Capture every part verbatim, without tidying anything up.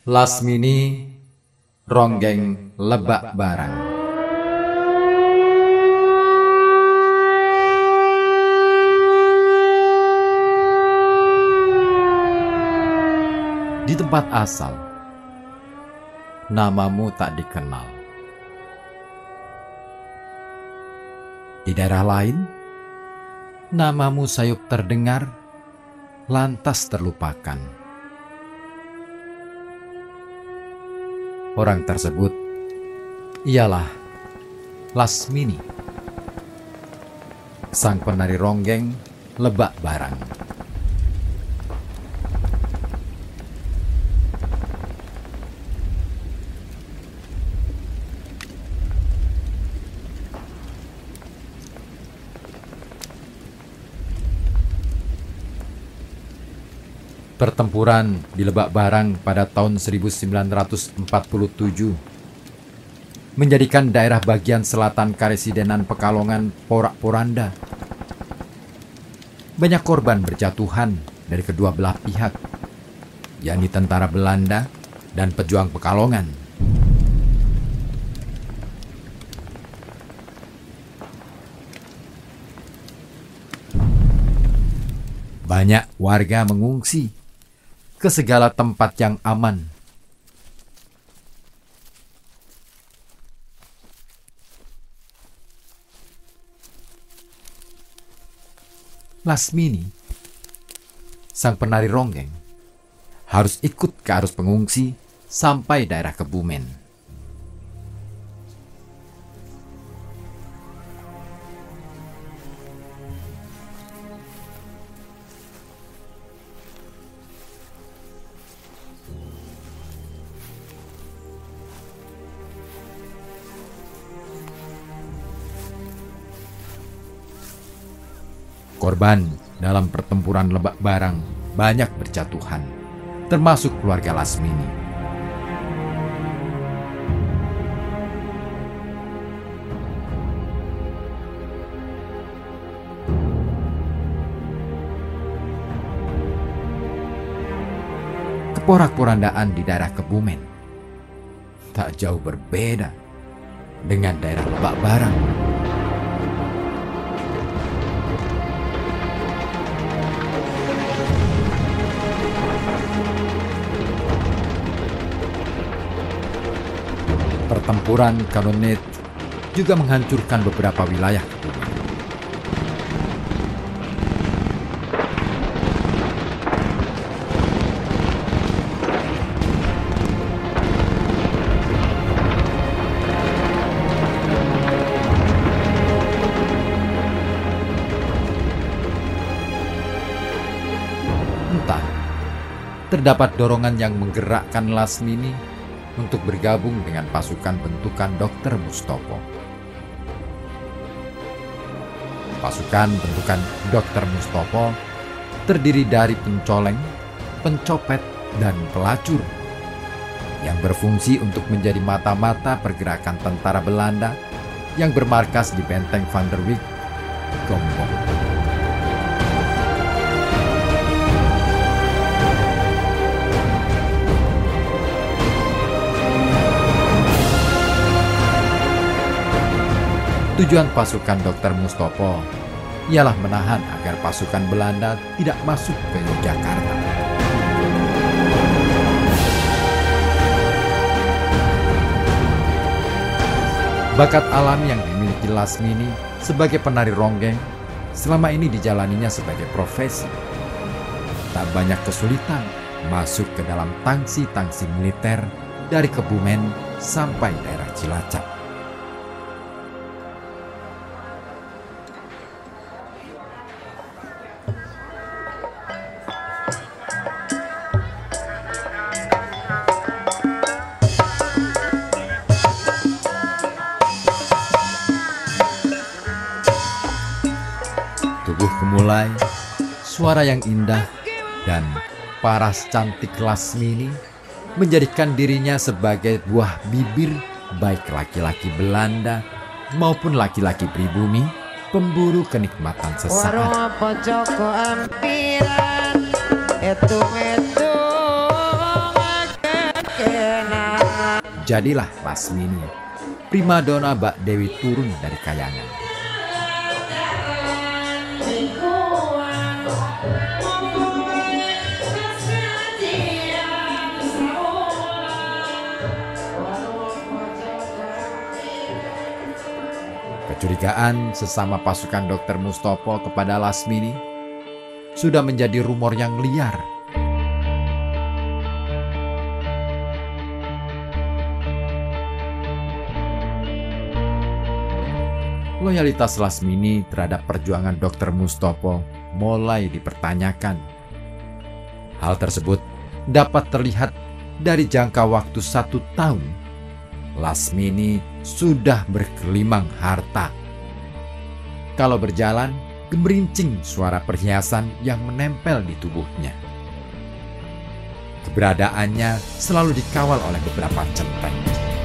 Lasmini, Ronggeng Lebak Barang. Di tempat asal, namamu tak dikenal. Di daerah lain, namamu sayup terdengar, lantas terlupakan. Orang tersebut ialah Lasmini, sang penari ronggeng Lebak Barang. Pertempuran di Lebak Barang pada tahun seribu sembilan ratus empat puluh tujuh menjadikan daerah bagian selatan Karesidenan Pekalongan porak-poranda. Banyak korban berjatuhan dari kedua belah pihak, yakni tentara Belanda dan pejuang Pekalongan. Banyak warga mengungsi ke segala tempat yang aman. Lasmini, sang penari ronggeng, harus ikut ke arus pengungsi sampai daerah Kebumen. Korban dalam pertempuran Lebak Barang banyak berjatuhan, termasuk keluarga Lasmini. Keporak-porandaan di daerah Kebumen tak jauh berbeda dengan daerah Lebak Barang. Pertempuran Kanonet juga menghancurkan beberapa wilayah Kebumen. Entah, terdapat dorongan yang menggerakkan Lasmini untuk bergabung dengan pasukan bentukan dokter Mustopo. Pasukan bentukan dokter Mustopo terdiri dari pencoleng, pencopet, dan pelacur yang berfungsi untuk menjadi mata-mata pergerakan tentara Belanda yang bermarkas di Benteng Van der Wijk, Gombong. Tujuan pasukan dokter Mustopo ialah menahan agar pasukan Belanda tidak masuk ke Yogyakarta. Bakat alam yang dimiliki Lasmini sebagai penari ronggeng selama ini dijalaninya sebagai profesi. Tak banyak kesulitan masuk ke dalam tangsi-tangsi militer dari Kebumen sampai daerah Cilacap. Tubuh gemulai, suara yang indah, dan paras cantik Lasmini menjadikan dirinya sebagai buah bibir baik laki-laki Belanda maupun laki-laki pribumi, pemburu kenikmatan sesaat. Jadilah Lasmini, primadona Mbak Dewi turun dari kayangan. Kecurigaan sesama pasukan dokter Mustopo kepada Lasmini sudah menjadi rumor yang liar. Loyalitas Lasmini terhadap perjuangan dokter Mustopo mulai dipertanyakan. Hal tersebut dapat terlihat dari jangka waktu satu tahun. Lasmini sudah bergelimang harta. Kalau berjalan, gemerincing suara perhiasan yang menempel di tubuhnya. Keberadaannya selalu dikawal oleh beberapa centeng.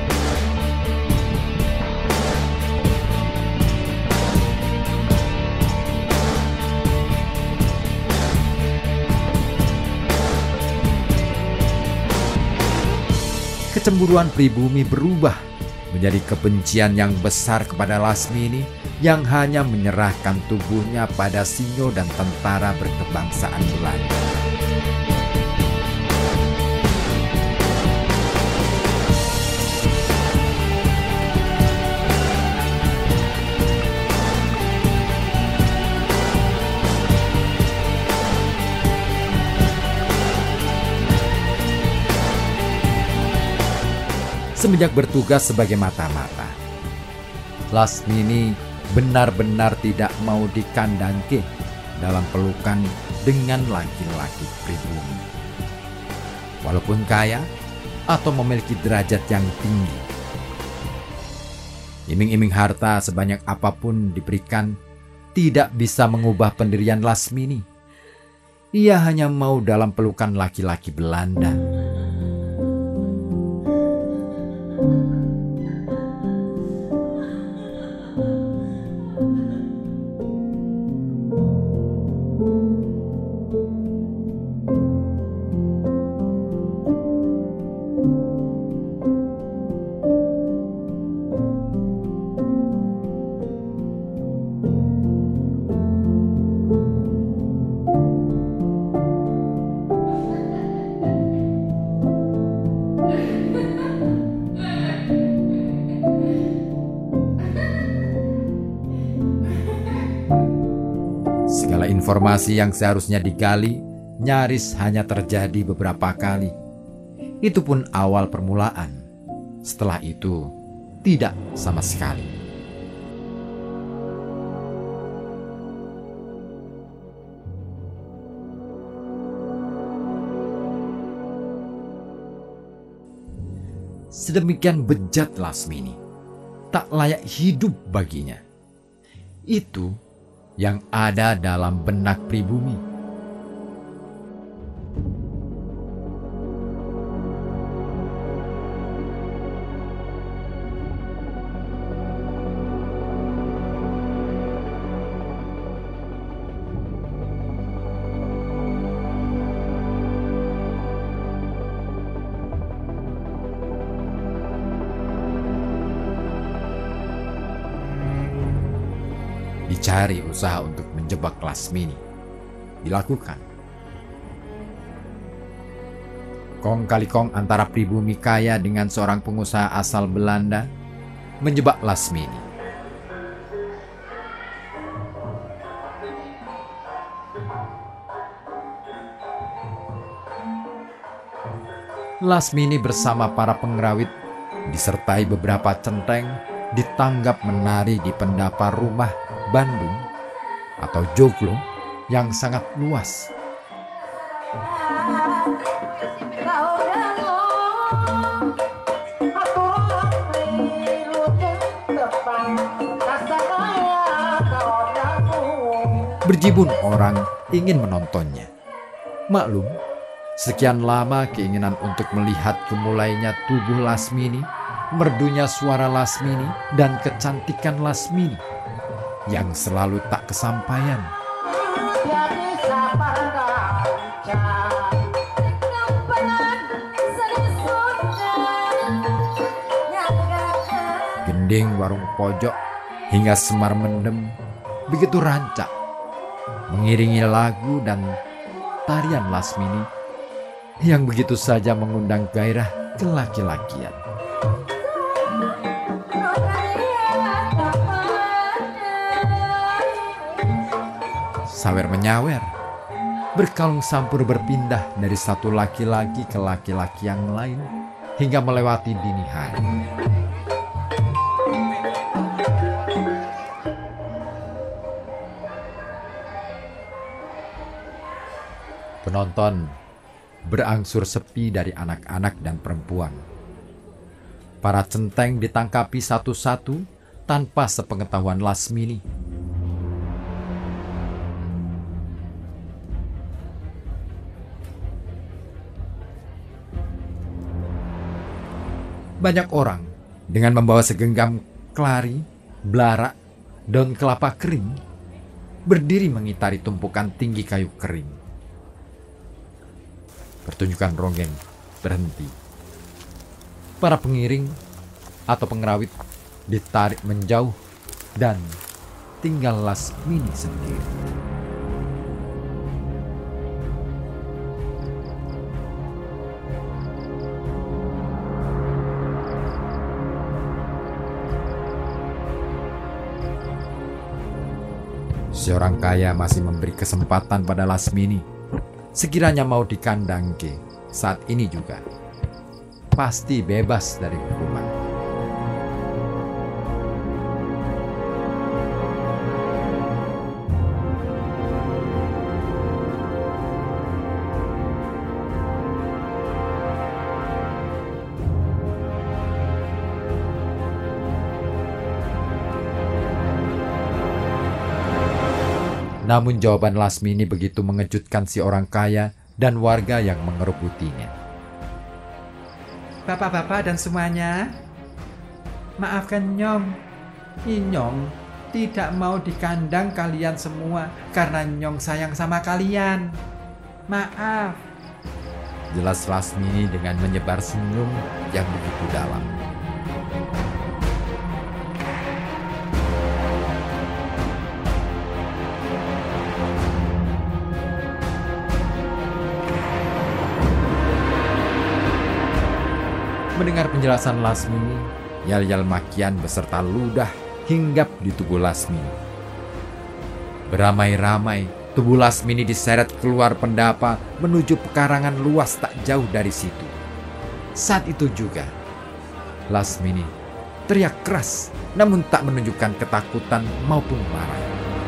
Kecemburuan pribumi berubah menjadi kebencian yang besar kepada Lasmini yang hanya menyerahkan tubuhnya pada sinyo dan tentara berkebangsaan Belanda. Semenjak bertugas sebagai mata-mata, Lasmini benar-benar tidak mau dikandangke dalam pelukan dengan laki-laki pribumi. Walaupun kaya atau memiliki derajat yang tinggi, iming-iming harta sebanyak apapun diberikan tidak bisa mengubah pendirian Lasmini. Ia hanya mau dalam pelukan laki-laki Belanda. Segala informasi yang seharusnya digali nyaris hanya terjadi beberapa kali. Itu pun awal permulaan. Setelah itu, tidak sama sekali. Sedemikian bejat Lasmini, tak layak hidup baginya. Itu yang ada dalam benak pribumi. Dicari usaha untuk menjebak Lasmini. Dilakukan. Kong kali kong antara pribumi kaya dengan seorang pengusaha asal Belanda menjebak Lasmini. Lasmini bersama para pengrawit disertai beberapa centeng ditanggap menari di pendapa rumah Bandung atau joglo yang sangat luas. Berjibun orang ingin menontonnya. Maklum, sekian lama keinginan untuk melihat gemulainya tubuh Lasmini, merdunya suara Lasmini, dan kecantikan Lasmini yang selalu tak kesampaian. dinding warung pojok hingga semar mendem begitu rancak mengiringi lagu dan tarian Lasmini yang begitu saja mengundang gairah kelaki-lakian. Sawer menyawer, berkalung sampur berpindah dari satu laki-laki ke laki-laki yang lain hingga melewati dini hari. Penonton berangsur sepi dari anak-anak dan perempuan. Para centeng ditangkapi satu-satu tanpa sepengetahuan Lasmini. Banyak orang dengan membawa segenggam kelari, belarak, daun kelapa kering berdiri mengitari tumpukan tinggi kayu kering. Pertunjukan ronggeng berhenti. Para pengiring atau pengerawit ditarik menjauh dan tinggal Lasmini sendiri. Seorang kaya masih memberi kesempatan pada Lasmini. Sekiranya mau dikandangke saat ini juga, pasti bebas dari hukuman. Namun jawaban Lasmini begitu mengejutkan si orang kaya dan warga yang mengerubutinya. Bapak-bapak dan semuanya, maafkan Nyong. Nyong tidak mau dikandang kalian semua karena Nyong sayang sama kalian. Maaf. Jelas Lasmini dengan menyebar senyum yang begitu dalam. Mendengar penjelasan Lasmini, yal-yal makian beserta ludah hinggap di tubuh Lasmini. Beramai-ramai, tubuh Lasmini diseret keluar pendapa menuju pekarangan luas tak jauh dari situ. Saat itu juga, Lasmini teriak keras namun tak menunjukkan ketakutan maupun marah.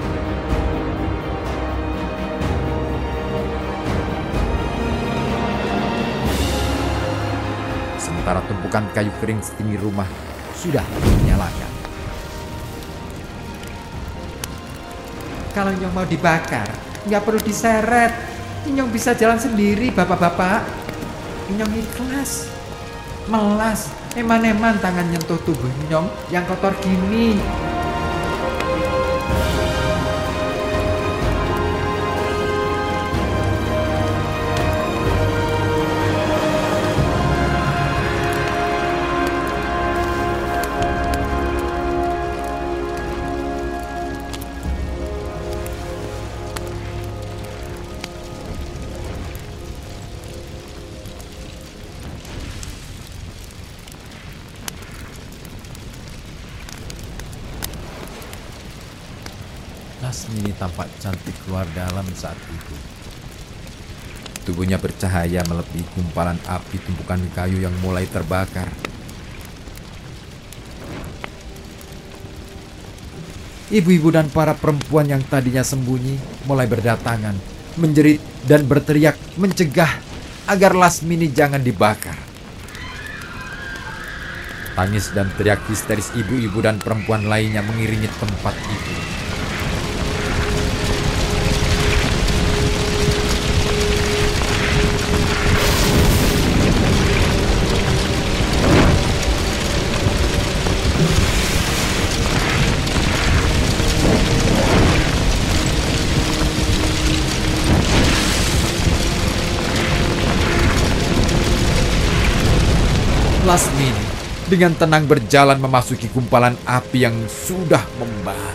Sementara tumpukan kayu kering setinggi rumah sudah dinyalakan. Kalau Nyong mau dibakar, nggak perlu diseret. Nyong bisa jalan sendiri, bapak-bapak. Nyong ikhlas. Melas, eman-eman tangan nyentuh tubuh Nyong yang kotor gini. Lasmini tampak cantik keluar dalam saat itu. Tubuhnya bercahaya melebihi gumpalan api tumpukan kayu yang mulai terbakar. Ibu-ibu dan para perempuan yang tadinya sembunyi mulai berdatangan, menjerit dan berteriak mencegah agar Lasmini jangan dibakar. Tangis dan teriak histeris ibu-ibu dan perempuan lainnya mengiringi tempat itu. Lasmini dengan tenang berjalan memasuki gumpalan api yang sudah membara.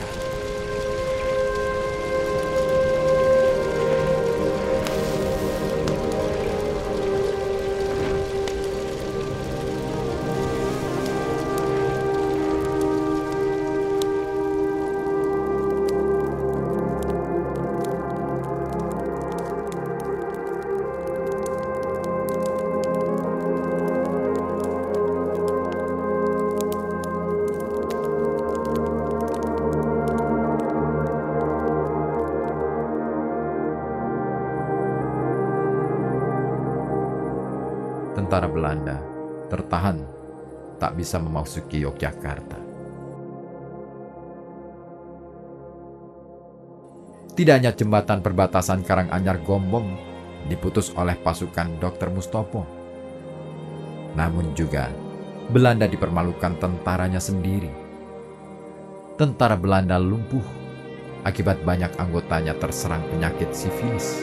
Tentara Belanda tertahan, tak bisa memasuki Yogyakarta. Tidak hanya jembatan perbatasan Karanganyar Gombong diputus oleh pasukan dokter Mustopo, namun juga Belanda dipermalukan tentaranya sendiri. Tentara Belanda lumpuh akibat banyak anggotanya terserang penyakit sifilis.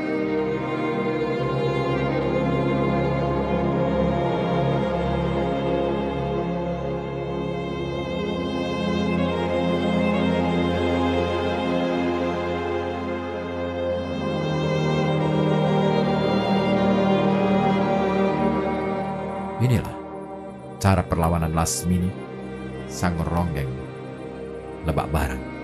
Inilah cara perlawanan Lasmini, Sang Ronggeng, Lebak Barat.